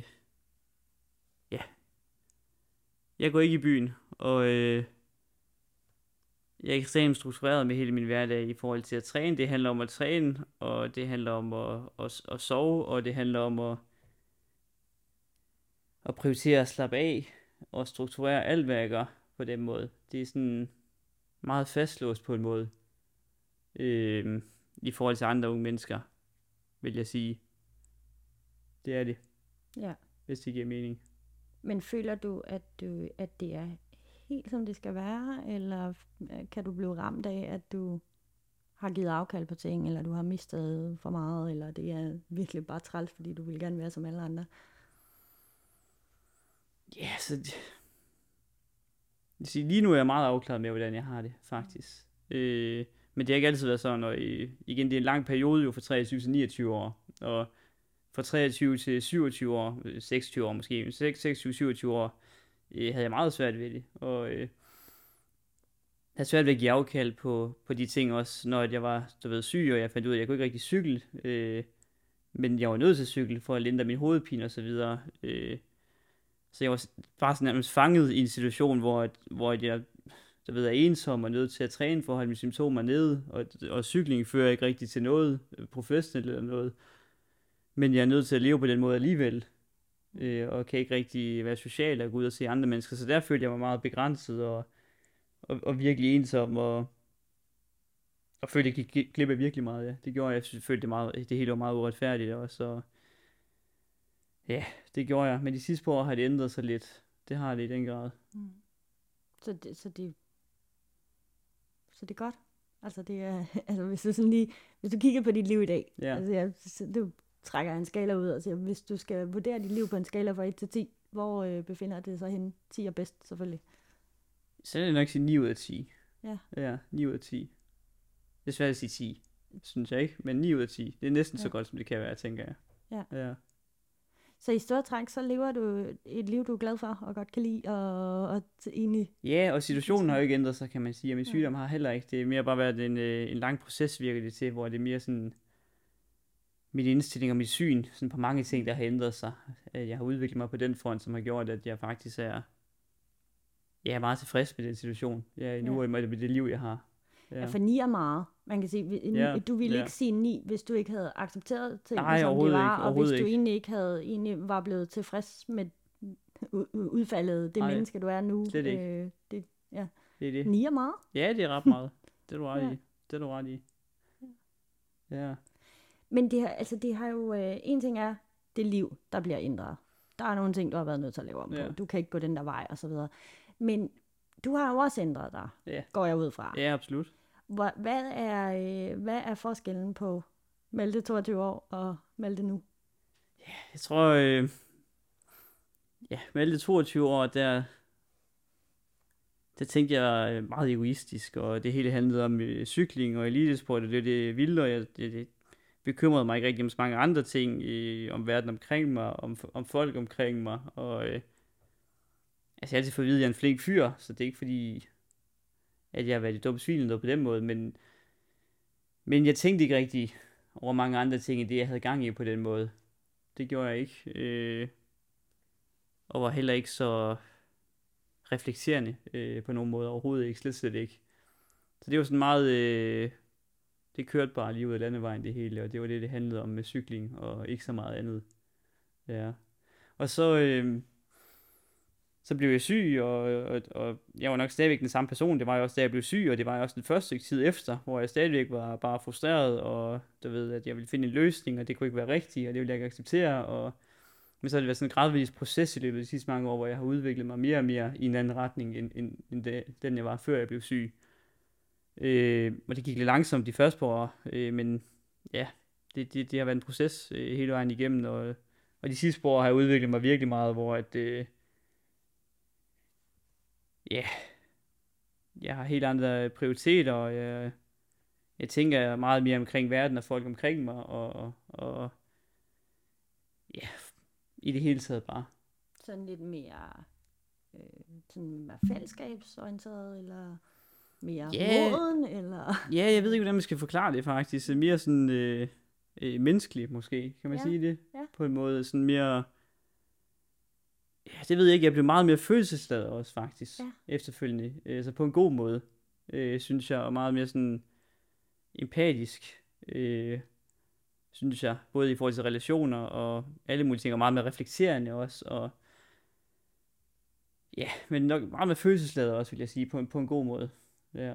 jeg går ikke i byen, og jeg er ekstremt struktureret med hele min hverdag i forhold til at træne. Det handler om at træne, og det handler om at sove, og det handler om at prioritere at slappe af, og strukturere alt, hvad jeg gør på den måde. Det er sådan meget fastlåst på en måde, i forhold til andre unge mennesker, vil jeg sige. Det er det. Ja. Hvis det giver mening. Men føler du, at det er helt som det skal være, eller kan du blive ramt af, at du har givet afkald på ting, eller du har mistet for meget, eller det er virkelig bare træls, fordi du vil gerne være som alle andre? Ja, så lige nu er jeg meget afklaret med, hvordan jeg har det, faktisk. Men det har ikke altid været sådan, og igen, det er en lang periode jo fra 23 til 29 år, og fra 23 til 27 år, 26 år måske, 26-27 år, havde jeg meget svært ved det, og havde svært ved at give afkald på de ting også, når jeg var, syg, og jeg fandt ud af, at jeg kunne ikke rigtig cykle, men jeg var nødt til at cykle for at lindre min hovedpine og så videre, så jeg var bare sådan nærmest fanget i en situation, hvor jeg er ensom og nødt til at træne for at holde mine symptomer nede, og cykling fører ikke rigtig til noget professionelt eller noget. Men jeg er nødt til at leve på den måde alligevel, og kan ikke rigtig være social og gå ud og se andre mennesker. Så der følte jeg mig meget begrænset og virkelig ensom, og følte, jeg gik glip af virkelig meget. Ja. Det gjorde jeg. Jeg følte, det hele var meget uretfærdigt også. Og ja, det gjorde jeg. Men de sidste par år har det ændret sig lidt. Det har det i den grad. Mm. Så det er godt. Altså det er, hvis du kigger på dit liv i dag, du trækker en skala ud og siger, hvis du skal vurdere dit liv på en skala fra 1 til 10, hvor befinder det sig henne? 10 er bedst, selvfølgelig. Så er det nok sige 9 ud af 10. Ja. Ja, 9 ud af 10. Det er svært at sige 10, synes jeg ikke, men 9 ud af 10. Det er næsten så godt, som det kan være, tænker jeg. Ja. Så i store træk, så lever du et liv, du er glad for, og godt kan lide, og egentlig... Ja, og situationen har jo ikke ændret sig, kan man sige, og min sygdom har heller ikke. Det er mere bare været en lang proces, virker det til, hvor det er mere sådan min indstilling og mit syn, sådan på mange ting, der har ændret sig. Jeg har udviklet mig på den front, som har gjort, at jeg faktisk er meget tilfreds med den situation. Jeg er nu med det liv, jeg har. Ja, for 9 er meget. Man kan sige, du ville ikke sige 9, hvis du ikke havde accepteret tingene, som de var, og hvis du egentlig var blevet tilfreds med udfaldet, det menneske, du er nu. Slet ikke. Det er det. 9 er meget. Ja, det er ret meget. Det er du ret i. Ja. Men det har jo, en ting er det liv, der bliver ændret. Der er nogle ting, du har været nødt til at lave om på. Du kan ikke gå den der vej, og så videre. Men du har jo også ændret dig, går jeg ud fra. Ja, absolut. Hvad er forskellen på Malte 22 år og Malte nu? Ja, jeg tror, Malte 22 år, der der tænkte jeg meget egoistisk, og det hele handlede om cykling og elitesport, og det vilde, og det bekymrede mig ikke rigtig om så mange andre ting, om verden omkring mig, om folk omkring mig, og altså jeg har altid fået at vide, at jeg er en flink fyr, så det er ikke fordi, at jeg har været i dumme svin på den måde, men jeg tænkte ikke rigtig over mange andre ting, end det jeg havde gang i på den måde. Det gjorde jeg ikke, og var heller ikke så reflekterende på nogen måde, overhovedet ikke, slet ikke. Så det var sådan meget, det kørte bare lige ud af landevejen det hele, og det var det handlede om med cykling, og ikke så meget andet. Ja. Og så blev jeg syg, og jeg var nok stadigvæk den samme person. Det var jeg også, da jeg blev syg, og det var jeg også den første tid efter, hvor jeg stadigvæk var bare frustreret, og du ved, at jeg ville finde en løsning, og det kunne ikke være rigtigt, og det ville jeg ikke acceptere. Men så har det været sådan en gradvis proces i løbet af de sidste mange år, hvor jeg har udviklet mig mere og mere i en anden retning, end den jeg var, før jeg blev syg. Og det gik lidt langsomt de første par år, men ja, det har været en proces hele vejen igennem, og de sidste par år har jeg udviklet mig virkelig meget, hvor jeg har helt andre prioriteter, og jeg tænker meget mere omkring verden og folk omkring mig, og ja, i det hele taget bare. Sådan lidt mere fællesskabsorienteret, eller mere moden, eller? Ja, jeg ved ikke, hvordan man skal forklare det faktisk. Mere sådan menneskeligt måske, kan man sige det? Ja. På en måde sådan mere... Ja, det ved jeg ikke. Jeg blev meget mere følelsesladet også faktisk, efterfølgende. Så på en god måde, synes jeg, og meget mere sådan empatisk, synes jeg. Både i forhold til relationer og alle mulige ting, og meget mere reflekterende også, og ja, men nok meget mere følelsesladet også, vil jeg sige, på en god måde. Ja.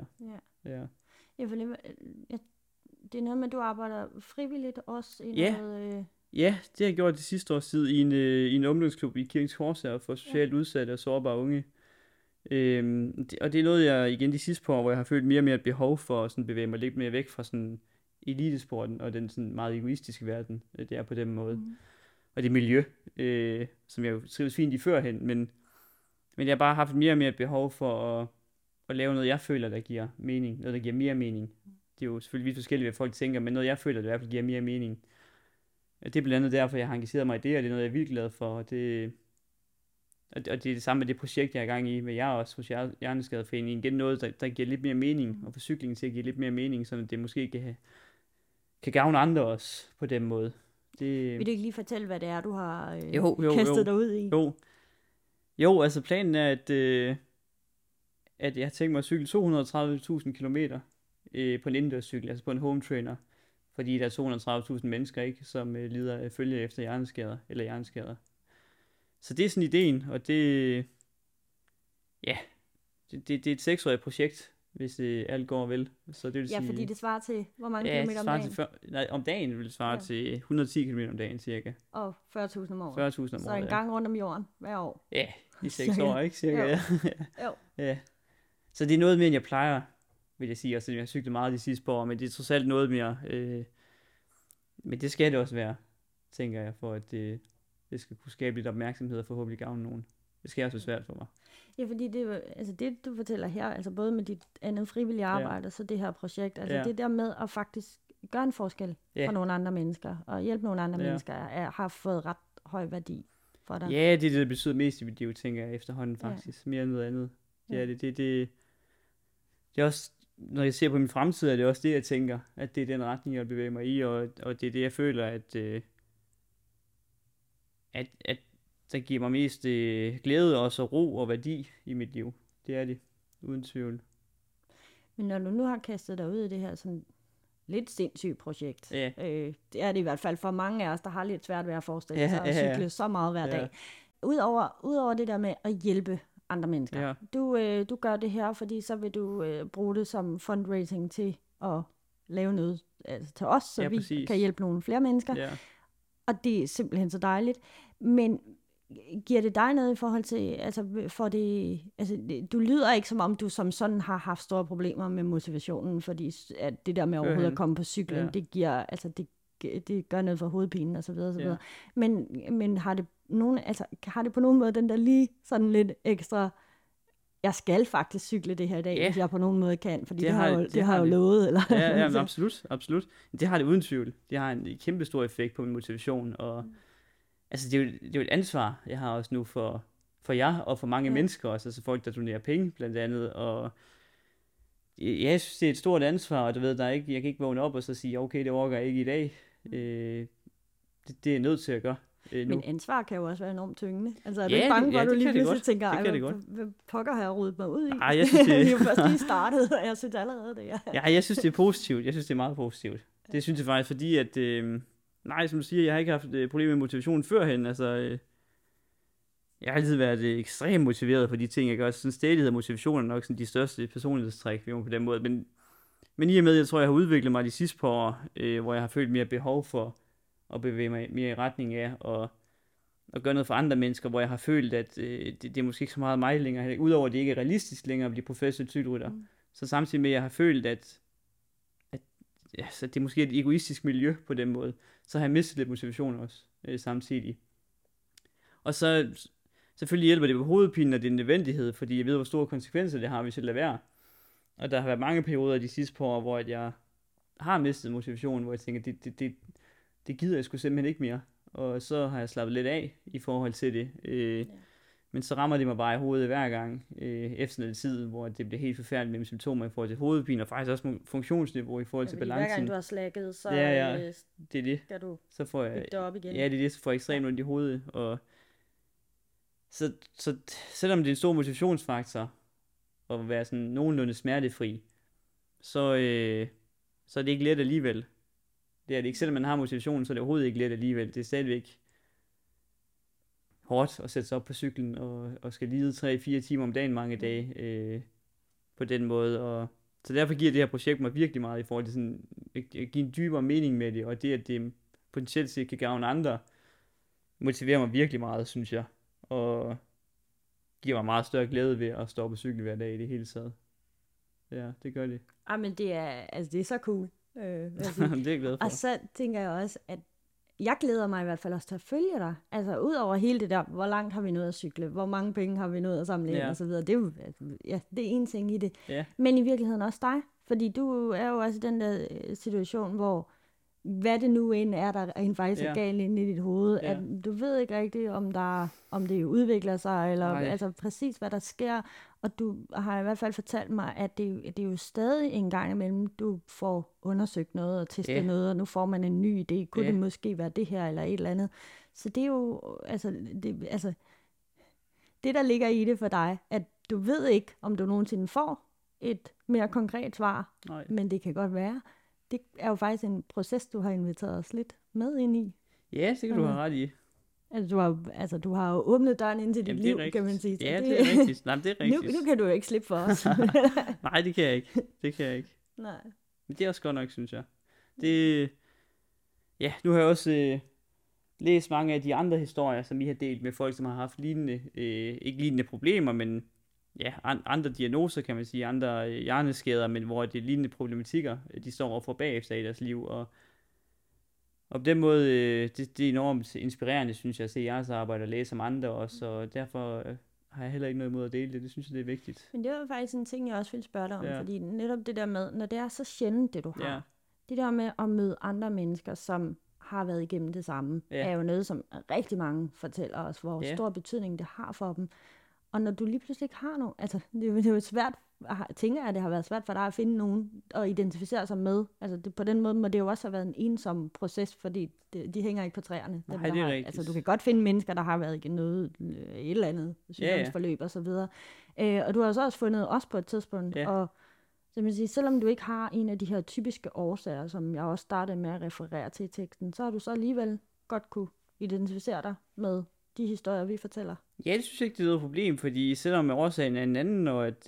Det er noget med, at du arbejder frivilligt også i noget... Ja, det har jeg gjort det sidste års tid i en ungdomsklub i Kirkens Korshær for socialt udsatte og sårbare unge. Og det er noget, jeg igen de sidste par år, hvor jeg har følt mere og mere et behov for at sådan bevæge mig lidt mere væk fra sådan elitesporten og den sådan meget egoistiske verden, det er på den måde. Og det miljø, som jeg jo trives fint i førhen, men jeg har bare haft mere og mere et behov for at lave noget, jeg føler, der giver mening, noget, der giver mere mening. Det er jo selvfølgelig vidt forskelligt, hvad folk tænker, men noget, jeg føler, der i hvert fald giver mere mening. Det er blandt andet derfor, jeg har engageret mig i det, og det er noget, jeg er virkelig glad for. Og det er det samme med det projekt, jeg er i gang i med jer også, hos Hjerneskadeforeningen. Igen noget, der giver lidt mere mening, og for cyklingen til at give lidt mere mening, så det måske kan gavne andre også på den måde. Vil du ikke lige fortælle, hvad det er, du har kastet dig ud i? Jo, altså planen er, at jeg har tænkt mig at cykle 230.000 kilometer på en indendørscykel, altså på en home trainer. Fordi der er 230.000 mennesker, ikke, som lider af følge efter hjerneskader. Så det er sådan ideen, og det er et 6-årigt projekt, hvis alt går vel. Så det vil sige, fordi det svarer til, hvor mange kilometer om dagen? Om dagen vil det svare til 110 km om dagen, cirka. Og 40.000 om året. 40.000 om året, Så en gang rundt om jorden hver år. Ja, i 6 år, ikke, cirka? Jo. Ja. Så det er noget mere, end jeg plejer, vil jeg sige, også jeg har cyklet meget de sidste par år, men det er trods alt noget mere, men det skal det også være, tænker jeg, for at det skal kunne skabe lidt opmærksomhed og forhåbentlig gavne nogen. Det skal også være svært for mig. Ja, fordi det du fortæller her, altså både med dit andet frivillige arbejde og så det her projekt, altså det der med at faktisk gøre en forskel for nogle andre mennesker, og hjælpe nogle andre mennesker, har fået ret høj værdi for dig. Ja, det er det, der betyder mest i mit liv, tænker jeg efterhånden faktisk, mere end noget andet. Det er også, når jeg ser på min fremtid, er det også det, jeg tænker, at det er den retning, jeg vil bevæge mig i, og det er det, jeg føler, at der giver mig mest glæde også, og ro og værdi i mit liv. Det er det, uden tvivl. Men når du nu har kastet dig ud i det her sådan lidt sindssygt projekt, det er det i hvert fald for mange af os, der har lidt svært ved at forestille sig at cykle så meget hver dag. Udover det der med at hjælpe andre mennesker. Ja. Du gør det her, fordi så vil du bruge det som fundraising til at lave noget til os, så vi kan hjælpe nogle flere mennesker. Ja. Og det er simpelthen så dejligt. Men giver det dig noget i forhold til, du lyder ikke som om du som sådan har haft store problemer med motivationen, fordi at det der med overhovedet at komme på cyklen, det giver, det gør noget for hovedpinen og så videre, og så videre. Men har det på nogen måde den der lige sådan lidt ekstra jeg skal faktisk cykle det her i dag, Ja. hvis jeg på nogen måde kan, fordi Det det har- har det jeg har jo det. lovet. Eller? Ja, men absolut. Det har det uden tvivl. Det har en kæmpe stor effekt på min motivation, og altså det er jo et ansvar, jeg har også nu for jer, og for mange mennesker også, altså folk, der donerer penge, blandt andet, og ja, jeg synes, det er et stort ansvar, og du ved, jeg kan ikke vågne op og så sige, okay, det orker jeg ikke i dag. Det er jeg nødt til at gøre nu. Men ansvar kan jo også være enormt tyngende. Altså er du Ja, ikke bange for, ja, at du det lige kan det pludselig godt. tænker, Det kan det godt. hvad pokker har jeg rodet mig ud i? Ej, jeg synes, det er jo først lige startet, og jeg synes allerede, det er. Ja, jeg synes, det er positivt. Jeg synes, det er meget positivt. Det synes jeg faktisk, fordi at, nej, som du siger, jeg har ikke haft problemer med motivation førhen. Altså, jeg har altid været ekstremt motiveret for de ting, jeg gør. Sådan stædighed og motivation er nok sådan de største personlighedstræk, vi må på den måde. Men i og med, jeg tror, jeg har udviklet mig de sidste par år, hvor jeg har følt mere behov for at bevæge mig mere i retning af og gøre noget for andre mennesker, hvor jeg har følt, at det er måske ikke så meget mig længere, udover at det ikke er realistisk længere at blive professionel cykelrytter. Så samtidig med, at jeg har følt, at så det er måske et egoistisk miljø på den måde, så har jeg mistet lidt motivation også samtidig. Og så selvfølgelig hjælper det på hovedpinen, og det er en nødvendighed, fordi jeg ved, hvor store konsekvenser det har, hvis jeg lader være. Og der har været mange perioder de sidste par år, hvor jeg har mistet motivation, hvor jeg tænker, det gider jeg sgu simpelthen ikke mere. Og så har jeg slappet lidt af i forhold til det. Men så rammer det mig bare i hovedet hver gang, efter noget tid, hvor det bliver helt forfærdeligt med symptomer i forhold til hovedpine, og faktisk også funktionsniveau i forhold til balancen. Hver gang du har slækket, så det er det. Skal du så får jeg, bygge det op igen. Ja, det er det, så får jeg ekstremt ondt i hovedet. Og så selvom det er en stor motivationsfaktor, at være sådan nogenlunde smertefri, så er det ikke let alligevel. Det er det ikke. Selvom man har motivation, så er det overhovedet ikke let alligevel. Det er stadigvæk hårdt at sætte sig op på cyklen og skal lide 3-4 timer om dagen mange dage på den måde. Og så derfor giver det her projekt mig virkelig meget i forhold til sådan, at give en dybere mening med det, og det, at det potentielt set kan gavne andre, motiverer mig virkelig meget, synes jeg. Og giver mig meget større glæde ved at stå på cykel hver dag i det hele taget. Ja, det gør det. Men det er så cool. Det er jeg glad for. Og så tænker jeg også, at jeg glæder mig i hvert fald også til at følge dig. Altså ud over hele det der, hvor langt har vi nået at cykle, hvor mange penge har vi nået at samle ind og så videre. Det er jo, det er en ting i det. Ja. Men i virkeligheden også dig. Fordi du er jo også i den der situation, hvor hvad det nu end er, der rent faktisk er galt inde i dit hoved, at du ved ikke rigtigt, om det udvikler sig, eller altså præcis hvad der sker, og du har i hvert fald fortalt mig, at det er jo stadig en gang imellem, du får undersøgt noget og testet noget, og nu får man en ny idé, kunne det måske være det her, eller et eller andet. Så det er jo, det der ligger i det for dig, at du ved ikke, om du nogensinde får et mere konkret svar, men det kan godt være. Det er jo faktisk en proces, du har inviteret os lidt med ind i. Ja, det kan du have ret i. Du har jo åbnet døren ind til dit liv, kan man sige. Ja, det er rigtigt. Nej, det er rigtigt. Nu kan du jo ikke slippe for os. Nej, det kan jeg ikke. Nej. Men det er også godt nok, synes jeg. Nu har jeg også læst mange af de andre historier, som I har delt med folk, som har haft lignende, ikke lignende problemer, men andre diagnoser, kan man sige, andre hjerneskader, men hvor det er lignende problematikker, de står overfor bagefter i deres liv. Og på den måde, det er enormt inspirerende, synes jeg, at se jeres arbejde og læse om andre også, og derfor har jeg heller ikke noget imod at dele det. Det synes jeg, det er vigtigt. Men det var faktisk en ting, jeg også ville spørge dig om, fordi netop det der med, når det er så sjældent, det du har, det der med at møde andre mennesker, som har været igennem det samme, er jo noget, som rigtig mange fortæller os, hvor stor betydning det har for dem. Og når du lige pludselig ikke har nogen, altså det er jo svært, tænker jeg, at det har været svært for dig at finde nogen at identificere sig med. Altså på den måde må det jo også have været en ensom proces, fordi de hænger ikke på træerne. Nej, det er rigtigt. Altså du kan godt finde mennesker, der har været igennem noget, et eller andet sygdomsforløb og så videre. Og du har så også fundet os på et tidspunkt, og så man siger, selvom du ikke har en af de her typiske årsager, som jeg også startede med at referere til i teksten, så har du så alligevel godt kunne identificere dig med de historier, vi fortæller. Ja, det synes jeg ikke, det er noget problem, fordi selvom årsagen er en anden, og at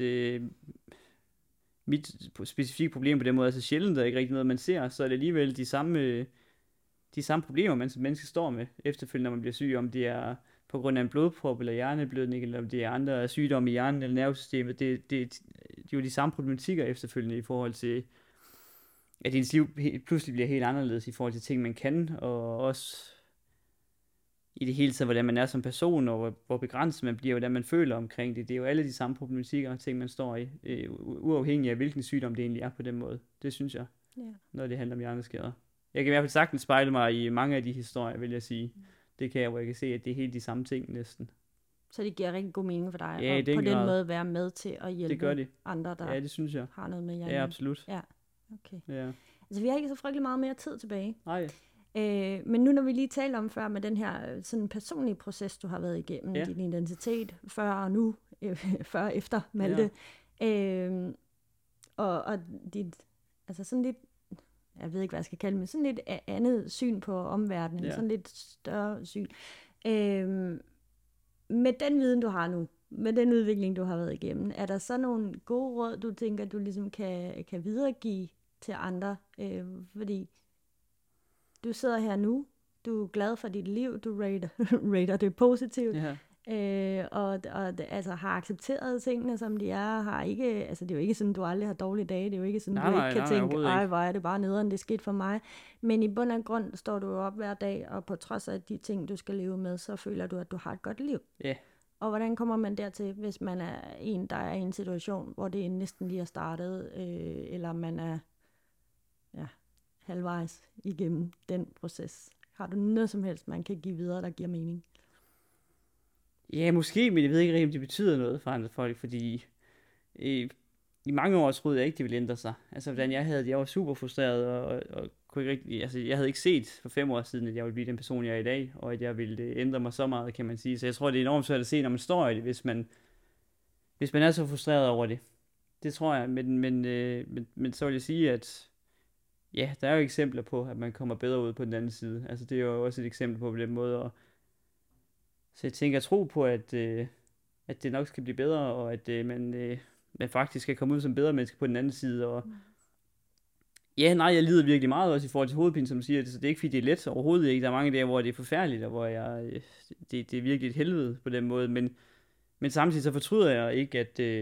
mit specifikke problem på den måde er så sjældent, og ikke rigtig noget, man ser, så er det alligevel de samme problemer, man som menneske står med efterfølgende, når man bliver syg, om det er på grund af en blodprop eller hjerneblødning, eller om det er andre sygdomme i hjernen eller nervesystemet. Det er jo de samme problematikker efterfølgende i forhold til, at ens liv pludselig bliver helt anderledes i forhold til ting, man kan, og også i det hele taget, hvordan man er som person, og hvor begrænset man bliver, hvordan man føler omkring det. Det er jo alle de samme problematikker og ting, man står i, uafhængig af, hvilken sygdom det egentlig er på den måde. Det synes jeg, når det handler om hjerneskader. Jeg kan i hvert fald sagtens spejle mig i mange af de historier, vil jeg sige. Det kan jeg, hvor jeg kan se, at det er helt de samme ting næsten. Så det giver rigtig god mening for dig, ja, og på den måde være med til at hjælpe andre, der det synes jeg. har noget med hjernen. Ja, absolut. Ja, okay. Ja. Altså, vi har ikke så frygtelig meget mere tid tilbage. Nej. Men nu når vi lige talte om før med den her sådan personlige proces, du har været igennem, din identitet, før og nu, før og efter Malte, og dit, altså sådan lidt, jeg ved ikke, hvad jeg skal kalde det, men sådan lidt andet syn på omverdenen, sådan lidt større syn. Med den viden, du har nu, med den udvikling, du har været igennem, er der så nogle gode råd, du tænker, du ligesom kan videregive til andre? Fordi du sidder her nu, du er glad for dit liv, du rater det positivt, og altså har accepteret tingene, som de er, har ikke, altså det er jo ikke sådan, du aldrig har dårlige dage, det er jo ikke sådan, du ikke kan tænke, ej, hvor er det bare nederen, det er sket for mig. Men i bund og grund står du op hver dag, og på trods af de ting, du skal leve med, så føler du, at du har et godt liv. Ja. Og hvordan kommer man dertil, hvis man er en, der er i en situation, hvor det næsten lige er startet, eller man er halvvejs igennem den proces? Har du noget som helst, man kan give videre, der giver mening? Ja, måske, men jeg ved ikke rigtig, om det betyder noget for andre folk, fordi i mange år troede jeg ikke, det ville ændre sig. Altså, hvordan jeg var super frustreret, og kunne ikke rigtig, altså, jeg havde ikke set for 5 år siden, at jeg ville blive den person, jeg er i dag, og at jeg ville ændre mig så meget, kan man sige. Så jeg tror, det er enormt svært at se, når man står i det, hvis man er så frustreret over det. Det tror jeg, men så vil jeg sige, at ja, der er jo eksempler på, at man kommer bedre ud på den anden side. Altså, det er jo også et eksempel på den måde. Så jeg tænker at tro på, at det nok skal blive bedre, og at man faktisk skal komme ud som bedre menneske på den anden side. Og ja, nej, jeg lider virkelig meget også i forhold til hovedpine, som du siger. Så det er ikke, fordi det er let overhovedet ikke. Der er mange dage, hvor det er forfærdeligt, og hvor det er virkelig et helvede på den måde. Men samtidig så fortryder jeg ikke,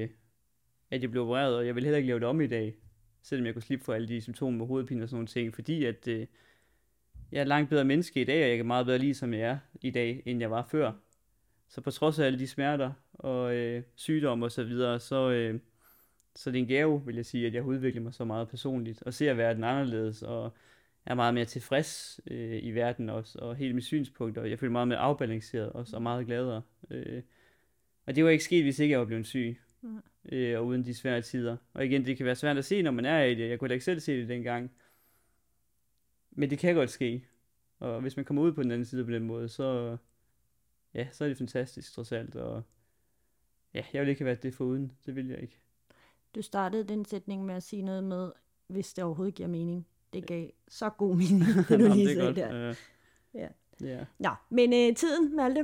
at jeg blev opereret, og jeg vil heller ikke lave det om i dag, selvom jeg kunne slippe for alle de symptomer med hovedpine og sådan nogle ting, fordi at jeg er et langt bedre menneske i dag, og jeg kan meget bedre lide, som jeg er i dag, end jeg var før. Så på trods af alle de smerter og sygdomme og så videre, så det er en gave, vil jeg sige, at jeg har udviklet mig så meget personligt, og ser verden anderledes, og er meget mere tilfreds i verden også, og hele mit synspunkter, og jeg føler meget mere afbalanceret også, og meget gladere. Og det var ikke sket, hvis ikke jeg var blevet syg, og uden de svære tider. Og igen, det kan være svært at se, når man er i det. Jeg kunne da ikke selv se det dengang. Men det kan godt ske. Og hvis man kommer ud på den anden side på den måde, så er det fantastisk trods alt. Og ja, jeg vil ikke have været det foruden. Det vil jeg ikke. Du startede den sætning med at sige noget med, hvis det overhovedet giver mening. Det gav så god mening, det du lige sagde der. Ja. Nå, men tiden, Malte,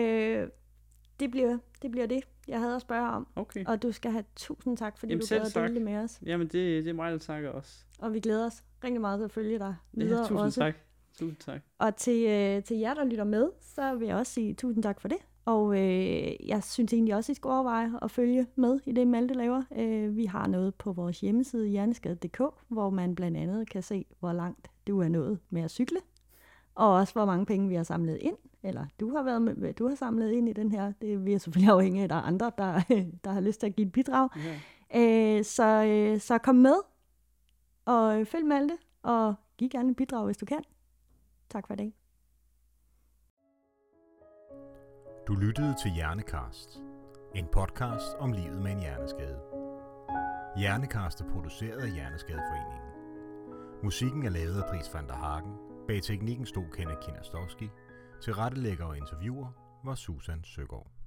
det bliver det, jeg havde at spørge om. Okay. Og du skal have tusind tak, fordi du gad at dele det med os. Jamen, det er mig, der takker også. Og vi glæder os rigtig meget til at følge dig videre også. Tusind tak. Og til jer, der lytter med, så vil jeg også sige tusind tak for det. Og jeg synes egentlig også, I skal overveje at følge med i det, Malte laver. Vi har noget på vores hjemmeside, hjerneskade.dk, hvor man blandt andet kan se, hvor langt du er nået med at cykle. Og også, hvor mange penge vi har samlet ind. Eller du har samlet ind i den her. Det er selvfølgelig afhængigt af, at der er andre, der har lyst til at give et bidrag. Yeah. Så kom med og følg Malte, og giv gerne et bidrag, hvis du kan. Tak for i dag. Du lyttede til Hjernekast, en podcast om livet med en hjerneskade. Hjernekast er produceret af Hjerneskadeforeningen. Musikken er lavet af Dries van der Hagen. Bag teknikken stod Kenneth Kinastowski. Tilrettelægger og interviewer var Susan Søgaard.